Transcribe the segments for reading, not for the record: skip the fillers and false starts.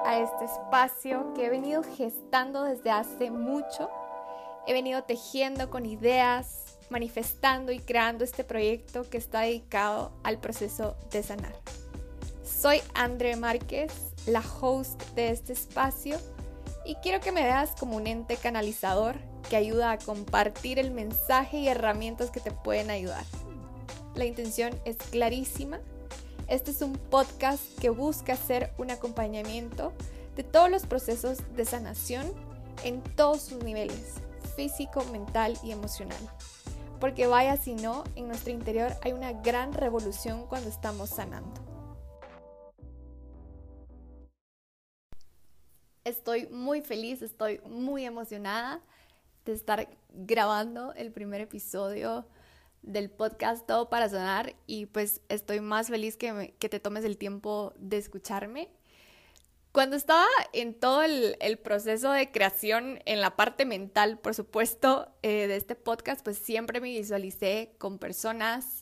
a este espacio que he venido gestando desde hace mucho. He venido tejiendo con ideas, manifestando y creando este proyecto que está dedicado al proceso de sanar. Soy André Márquez, la host de este espacio, y quiero que me veas como un ente canalizador que ayuda a compartir el mensaje y herramientas que te pueden ayudar. La intención es clarísima. Este es un podcast que busca ser un acompañamiento de todos los procesos de sanación en todos sus niveles, físico, mental y emocional. Porque vaya si no, en nuestro interior hay una gran revolución cuando estamos sanando. Estoy muy feliz, estoy muy emocionada de estar grabando el primer episodio del podcast Todo para Sanar, y pues estoy más feliz que te tomes el tiempo de escucharme. Cuando estaba en todo el proceso de creación, en la parte mental, por supuesto, de este podcast, pues siempre me visualicé con personas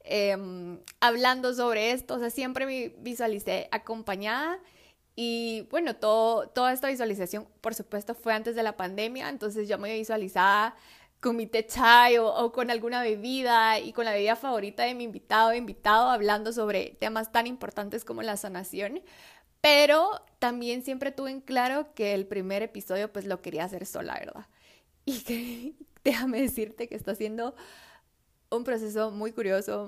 hablando sobre esto, o sea, siempre me visualicé acompañada. Y bueno, toda esta visualización, por supuesto, fue antes de la pandemia, entonces yo me visualizaba con mi té chai o con alguna bebida y con la bebida favorita de mi invitado hablando sobre temas tan importantes como la sanación. Pero también siempre tuve en claro que el primer episodio pues lo quería hacer sola, ¿verdad? Y que déjame decirte que está siendo un proceso muy curioso,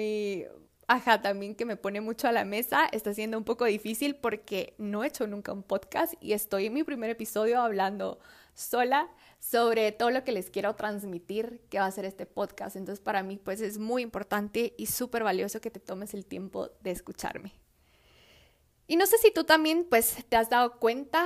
también que me pone mucho a la mesa. Está siendo un poco difícil porque no he hecho nunca un podcast y estoy en mi primer episodio hablando sola sobre todo lo que les quiero transmitir que va a ser este podcast. Entonces para mí pues es muy importante y súper valioso que te tomes el tiempo de escucharme. Y no sé si tú también pues te has dado cuenta,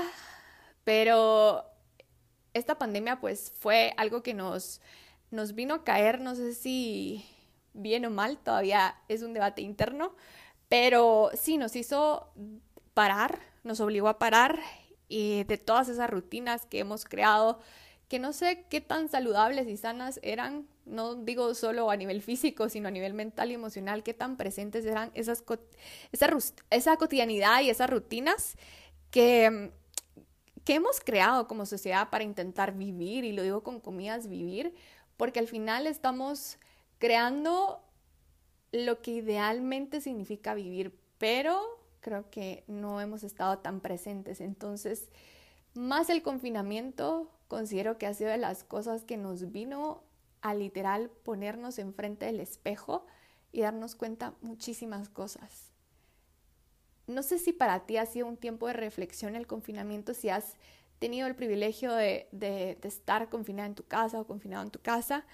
pero esta pandemia pues fue algo que nos vino a caer, no sé si bien o mal, todavía es un debate interno, pero sí nos hizo parar, nos obligó a parar de todas esas rutinas que hemos creado, que no sé qué tan saludables y sanas eran, no digo solo a nivel físico, sino a nivel mental y emocional, qué tan presentes eran esa cotidianidad y esas rutinas que hemos creado como sociedad para intentar vivir, y lo digo con comillas, vivir, porque al final estamos creando lo que idealmente significa vivir, pero creo que no hemos estado tan presentes. Entonces, más el confinamiento, considero que ha sido de las cosas que nos vino a literal ponernos enfrente del espejo y darnos cuenta muchísimas cosas. No sé si para ti ha sido un tiempo de reflexión el confinamiento, si has tenido el privilegio de estar confinada en tu casa o confinado en tu casa.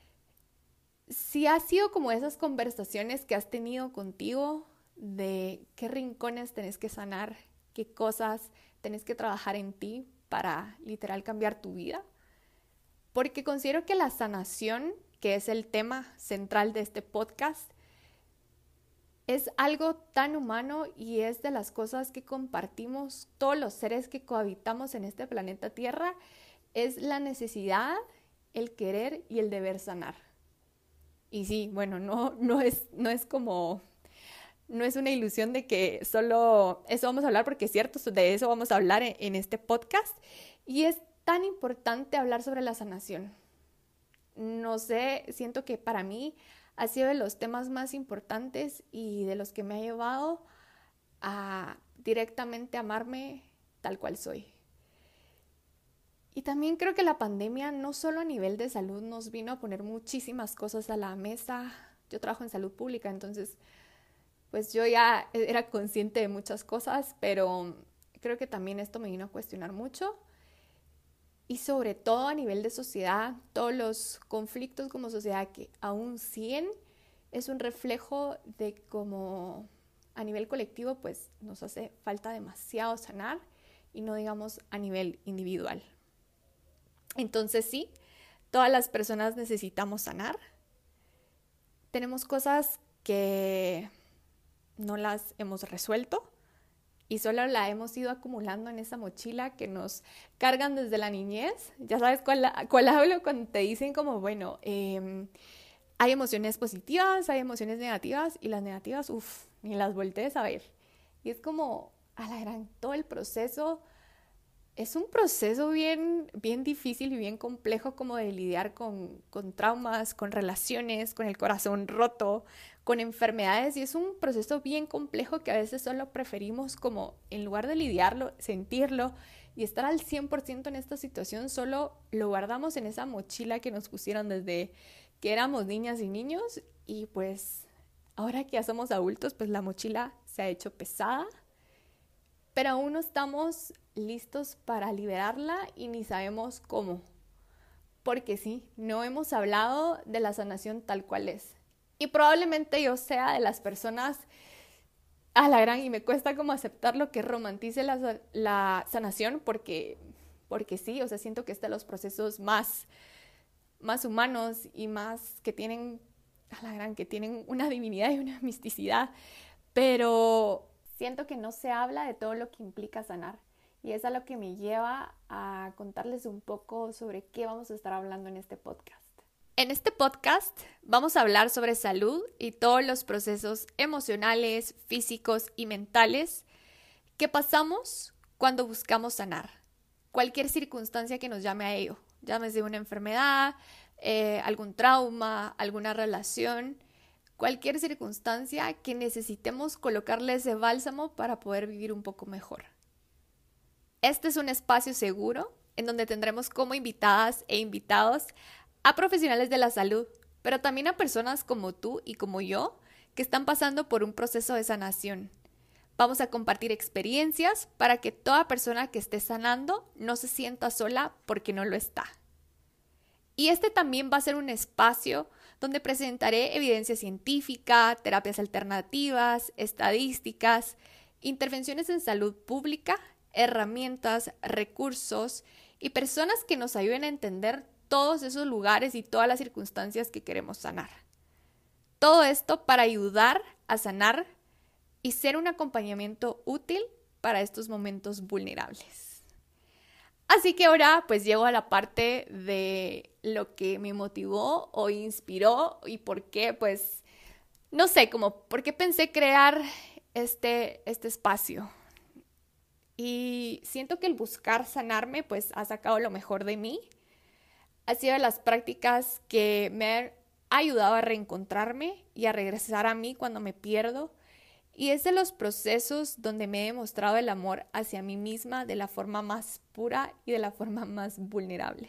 Si ha sido como esas conversaciones que has tenido contigo de qué rincones tenés que sanar, qué cosas tenés que trabajar en ti para literal cambiar tu vida. Porque considero que la sanación, que es el tema central de este podcast, es algo tan humano y es de las cosas que compartimos todos los seres que cohabitamos en este planeta Tierra. Es la necesidad, el querer y el deber sanar. Y sí, bueno, no es una ilusión de que solo eso vamos a hablar, porque es cierto, de eso vamos a hablar en este podcast. Y es tan importante hablar sobre la sanación. No sé, siento que para mí ha sido de los temas más importantes y de los que me ha llevado a directamente amarme tal cual soy. Y también creo que la pandemia, no solo a nivel de salud, nos vino a poner muchísimas cosas a la mesa. Yo trabajo en salud pública, entonces pues yo ya era consciente de muchas cosas, pero creo que también esto me vino a cuestionar mucho. Y sobre todo a nivel de sociedad, todos los conflictos como sociedad que aún siguen, es un reflejo de cómo a nivel colectivo pues nos hace falta demasiado sanar, y no digamos a nivel individual. Entonces sí, todas las personas necesitamos sanar. Tenemos cosas que no las hemos resuelto y solo la hemos ido acumulando en esa mochila que nos cargan desde la niñez. Ya sabes cuál hablo cuando te dicen como, bueno, hay emociones positivas, hay emociones negativas, y las negativas, ni las voltees a ver. Y es como, a la gran, todo el proceso es un proceso bien, bien difícil y bien complejo como de lidiar con traumas, con relaciones, con el corazón roto, con enfermedades y es un proceso bien complejo que a veces solo preferimos como en lugar de lidiarlo, sentirlo y estar al 100% en esta situación, solo lo guardamos en esa mochila que nos pusieron desde que éramos niñas y niños y pues ahora que ya somos adultos pues la mochila se ha hecho pesada pero aún no estamos listos para liberarla y ni sabemos cómo. Porque sí, no hemos hablado de la sanación tal cual es. Y probablemente yo sea de las personas a la gran y me cuesta como aceptarlo que romantice la sanación porque sí, o sea, siento que es de los procesos más humanos y más que tienen, a la gran, que tienen una divinidad y una misticidad. Pero siento que no se habla de todo lo que implica sanar. Y es a lo que me lleva a contarles un poco sobre qué vamos a estar hablando en este podcast. En este podcast vamos a hablar sobre salud y todos los procesos emocionales, físicos y mentales que pasamos cuando buscamos sanar. Cualquier circunstancia que nos llame a ello, llámese una enfermedad, algún trauma, alguna relación, cualquier circunstancia que necesitemos colocarle ese bálsamo para poder vivir un poco mejor. Este es un espacio seguro en donde tendremos como invitadas e invitados a profesionales de la salud, pero también a personas como tú y como yo que están pasando por un proceso de sanación. Vamos a compartir experiencias para que toda persona que esté sanando no se sienta sola porque no lo está. Y este también va a ser un espacio donde presentaré evidencia científica, terapias alternativas, estadísticas, intervenciones en salud pública, herramientas, recursos y personas que nos ayuden a entender todos esos lugares y todas las circunstancias que queremos sanar. Todo esto para ayudar a sanar y ser un acompañamiento útil para estos momentos vulnerables. Así que ahora pues llego a la parte de lo que me motivó o inspiró y por qué pues, no sé, como por qué pensé crear este espacio. Y siento que el buscar sanarme pues ha sacado lo mejor de mí. Ha sido de las prácticas que me han ayudado a reencontrarme y a regresar a mí cuando me pierdo. Y es de los procesos donde me he demostrado el amor hacia mí misma de la forma más pura y de la forma más vulnerable.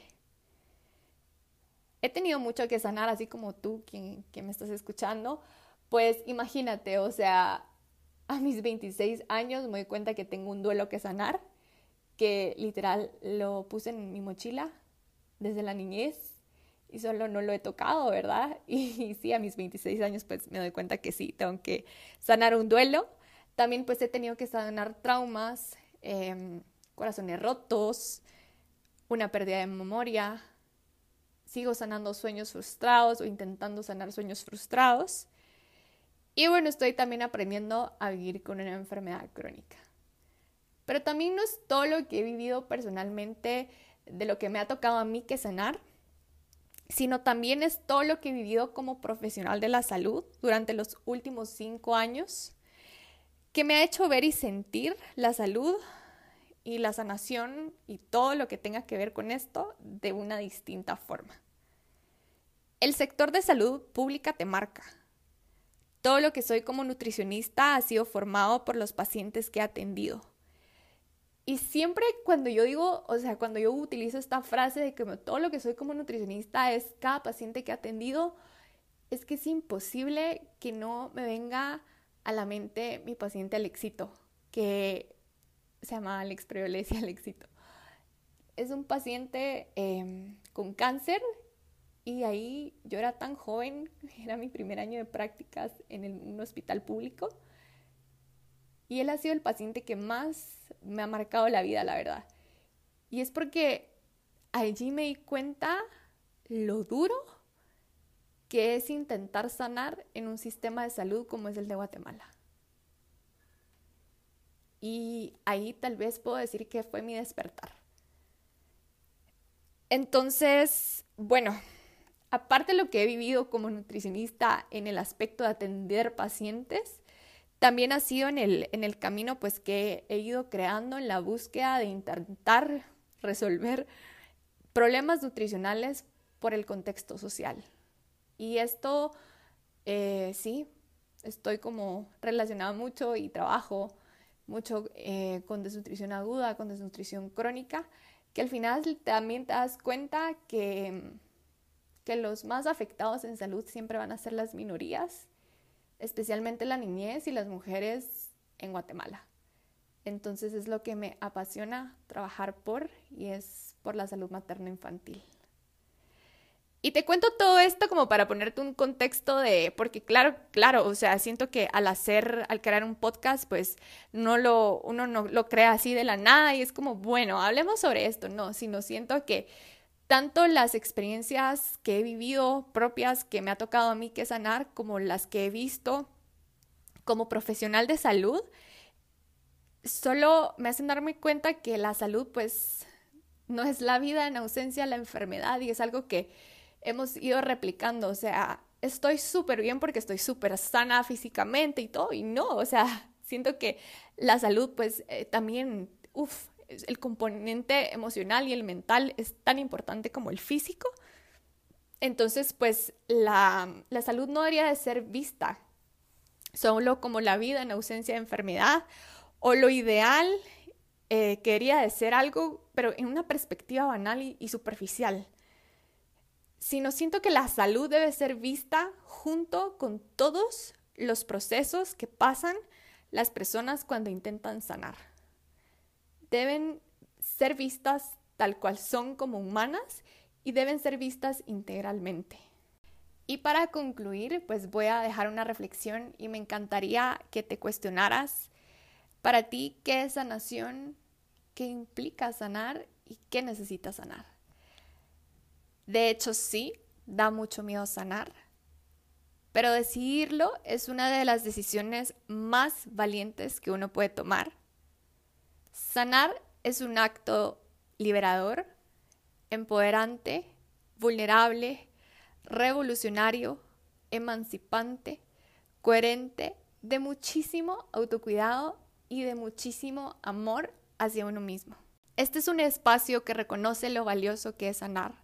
He tenido mucho que sanar, así como tú, que me estás escuchando. Pues imagínate, o sea, a mis 26 años me doy cuenta que tengo un duelo que sanar, que literal lo puse en mi mochila desde la niñez y solo no lo he tocado, ¿verdad? Y sí, a mis 26 años pues me doy cuenta que sí, tengo que sanar un duelo. También pues he tenido que sanar traumas, corazones rotos, una pérdida de memoria. Sigo sanando sueños frustrados o intentando sanar sueños frustrados. Y bueno, estoy también aprendiendo a vivir con una enfermedad crónica. Pero también no es todo lo que he vivido personalmente de lo que me ha tocado a mí que sanar, sino también es todo lo que he vivido como profesional de la salud durante los últimos 5 años, que me ha hecho ver y sentir la salud y la sanación y todo lo que tenga que ver con esto de una distinta forma. El sector de salud pública te marca. Todo lo que soy como nutricionista ha sido formado por los pacientes que he atendido. Y siempre cuando yo digo, o sea, cuando yo utilizo esta frase de que todo lo que soy como nutricionista es cada paciente que he atendido, es que es imposible que no me venga a la mente mi paciente Alexito, que se llama Alex, pero yo le decía Alexito. Es un paciente con cáncer y ahí yo era tan joven, era mi primer año de prácticas en un hospital público. Y él ha sido el paciente que más me ha marcado la vida, la verdad. Y es porque allí me di cuenta lo duro que es intentar sanar en un sistema de salud como es el de Guatemala. Y ahí tal vez puedo decir que fue mi despertar. Entonces, bueno, aparte de lo que he vivido como nutricionista en el aspecto de atender pacientes, también ha sido en el camino pues que he ido creando en la búsqueda de intentar resolver problemas nutricionales por el contexto social. Y esto, sí, estoy como relacionada mucho y trabajo mucho con desnutrición aguda, con desnutrición crónica, que al final también te das cuenta que los más afectados en salud siempre van a ser las minorías, especialmente la niñez y las mujeres en Guatemala. Entonces es lo que me apasiona trabajar por, y es por la salud materno-infantil. Y te cuento todo esto como para ponerte un contexto porque claro, o sea, siento que al crear un podcast, pues uno no lo crea así de la nada y es como, bueno, hablemos sobre esto, no, sino siento que tanto las experiencias que he vivido propias que me ha tocado a mí que sanar, como las que he visto como profesional de salud, solo me hacen darme cuenta que la salud pues no es la vida en ausencia de la enfermedad, y es algo que hemos ido replicando. O sea, estoy súper bien porque estoy súper sana físicamente y todo, y no, o sea, siento que la salud pues también, el componente emocional y el mental es tan importante como el físico. Entonces pues la salud no debería de ser vista solo como la vida en ausencia de enfermedad, o lo ideal que debería de ser algo, pero en una perspectiva banal y superficial. Sino siento que la salud debe ser vista junto con todos los procesos que pasan las personas cuando intentan sanar. Deben ser vistas tal cual son, como humanas, y deben ser vistas integralmente. Y para concluir, pues voy a dejar una reflexión y me encantaría que te cuestionaras para ti qué es sanación, qué implica sanar y qué necesitas sanar. De hecho, sí, da mucho miedo sanar, pero decidirlo es una de las decisiones más valientes que uno puede tomar. Sanar es un acto liberador, empoderante, vulnerable, revolucionario, emancipante, coherente, de muchísimo autocuidado y de muchísimo amor hacia uno mismo. Este es un espacio que reconoce lo valioso que es sanar,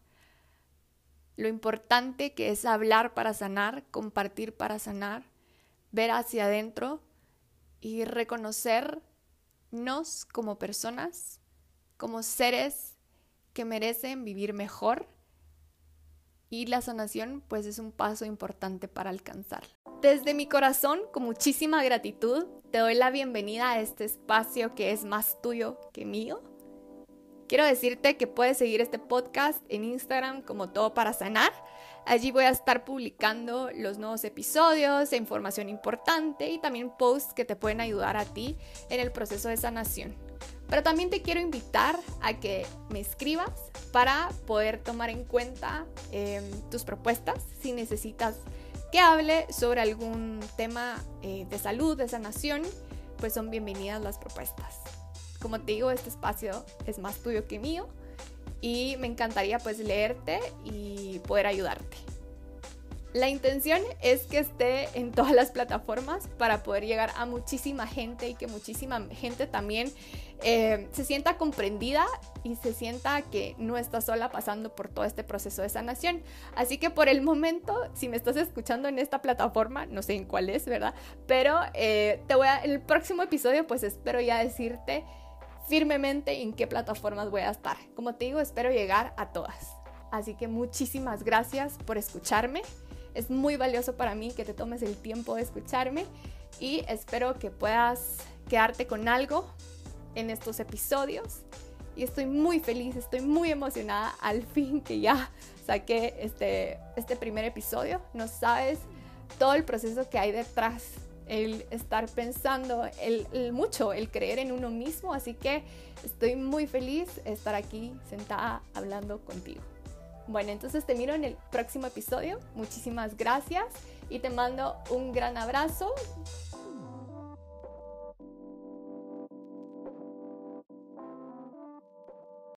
lo importante que es hablar para sanar, compartir para sanar, ver hacia adentro y reconocernos como personas, como seres que merecen vivir mejor. Y la sanación pues es un paso importante para alcanzarla. Desde mi corazón, con muchísima gratitud, te doy la bienvenida a este espacio que es más tuyo que mío. Quiero decirte que puedes seguir este podcast en Instagram como Todo para Sanar. Allí voy a estar publicando los nuevos episodios e información importante, y también posts que te pueden ayudar a ti en el proceso de sanación. Pero también te quiero invitar a que me escribas para poder tomar en cuenta tus propuestas. Si necesitas que hable sobre algún tema de salud, de sanación, pues son bienvenidas las propuestas. Como te digo, este espacio es más tuyo que mío y me encantaría pues leerte y poder ayudarte. La intención es que esté en todas las plataformas para poder llegar a muchísima gente y que muchísima gente también se sienta comprendida y se sienta que no está sola pasando por todo este proceso de sanación. Así que por el momento, si me estás escuchando en esta plataforma, no sé en cuál es, ¿verdad? Pero en el próximo episodio pues espero ya decirte firmemente en qué plataformas voy a estar. Como te digo, espero llegar a todas. Así que muchísimas gracias por escucharme. Es muy valioso para mí que te tomes el tiempo de escucharme y espero que puedas quedarte con algo en estos episodios. Y estoy muy feliz, estoy muy emocionada al fin que ya saqué este primer episodio. No sabes todo el proceso que hay detrás, el estar pensando, el creer en uno mismo. Así que estoy muy feliz de estar aquí sentada hablando contigo. Bueno, entonces te miro en el próximo episodio. Muchísimas gracias y te mando un gran abrazo.